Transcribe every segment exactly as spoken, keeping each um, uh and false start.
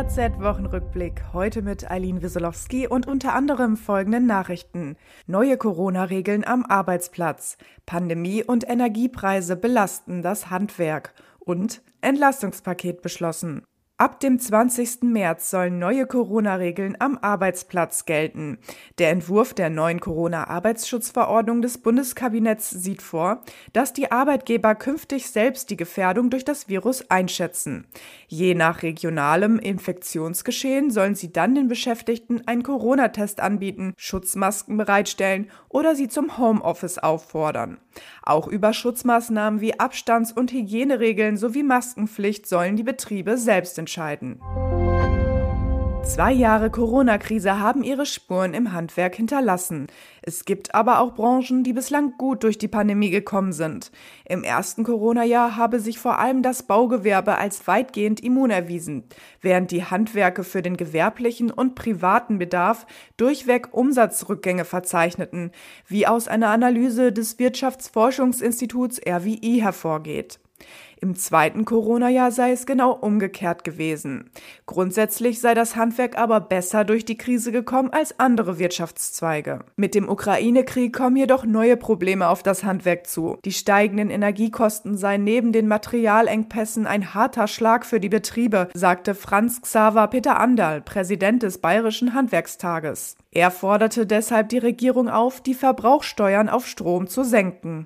D H Z-Wochenrückblick, heute mit Eileen Wieselowski und unter anderem folgenden Nachrichten. Neue Corona-Regeln am Arbeitsplatz, Pandemie und Energiepreise belasten das Handwerk und Entlastungspaket beschlossen. Ab dem zwanzigsten März sollen neue Corona-Regeln am Arbeitsplatz gelten. Der Entwurf der neuen Corona-Arbeitsschutzverordnung des Bundeskabinetts sieht vor, dass die Arbeitgeber künftig selbst die Gefährdung durch das Virus einschätzen. Je nach regionalem Infektionsgeschehen sollen sie dann den Beschäftigten einen Corona-Test anbieten, Schutzmasken bereitstellen oder sie zum Homeoffice auffordern. Auch über Schutzmaßnahmen wie Abstands- und Hygieneregeln sowie Maskenpflicht sollen die Betriebe selbst entscheiden. Zwei Jahre Corona-Krise haben ihre Spuren im Handwerk hinterlassen. Es gibt aber auch Branchen, die bislang gut durch die Pandemie gekommen sind. Im ersten Corona-Jahr habe sich vor allem das Baugewerbe als weitgehend immun erwiesen, während die Handwerke für den gewerblichen und privaten Bedarf durchweg Umsatzrückgänge verzeichneten, wie aus einer Analyse des Wirtschaftsforschungsinstituts R W I hervorgeht. Im zweiten Corona-Jahr sei es genau umgekehrt gewesen. Grundsätzlich sei das Handwerk aber besser durch die Krise gekommen als andere Wirtschaftszweige. Mit dem Ukraine-Krieg kommen jedoch neue Probleme auf das Handwerk zu. Die steigenden Energiekosten seien neben den Materialengpässen ein harter Schlag für die Betriebe, sagte Franz Xaver Peter Anderl, Präsident des Bayerischen Handwerkstages. Er forderte deshalb die Regierung auf, die Verbrauchssteuern auf Strom zu senken.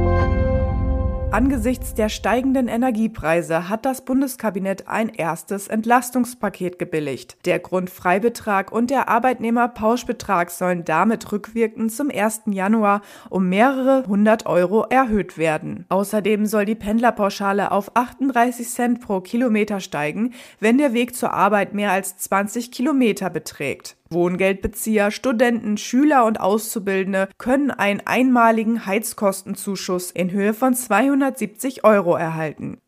Angesichts der steigenden Energiepreise hat das Bundeskabinett ein erstes Entlastungspaket gebilligt. Der Grundfreibetrag und der Arbeitnehmerpauschbetrag sollen damit rückwirkend zum ersten Januar um mehrere hundert Euro erhöht werden. Außerdem soll die Pendlerpauschale auf achtunddreißig Cent pro Kilometer steigen, wenn der Weg zur Arbeit mehr als zwanzig Kilometer beträgt. Wohngeldbezieher, Studenten, Schüler und Auszubildende können einen einmaligen Heizkostenzuschuss in Höhe von zweihundertsiebzig Euro erhalten.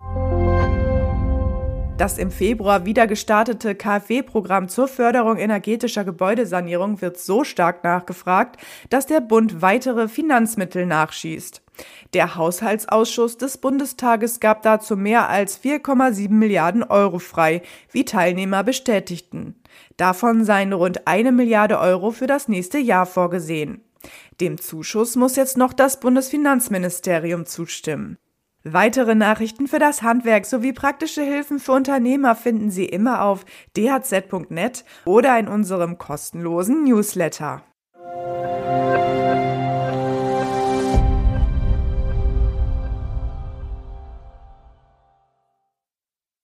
Das im Februar wieder gestartete KfW-Programm zur Förderung energetischer Gebäudesanierung wird so stark nachgefragt, dass der Bund weitere Finanzmittel nachschießt. Der Haushaltsausschuss des Bundestages gab dazu mehr als vier Komma sieben Milliarden Euro frei, wie Teilnehmer bestätigten. Davon seien rund eine Milliarde Euro für das nächste Jahr vorgesehen. Dem Zuschuss muss jetzt noch das Bundesfinanzministerium zustimmen. Weitere Nachrichten für das Handwerk sowie praktische Hilfen für Unternehmer finden Sie immer auf d h z punkt net oder in unserem kostenlosen Newsletter.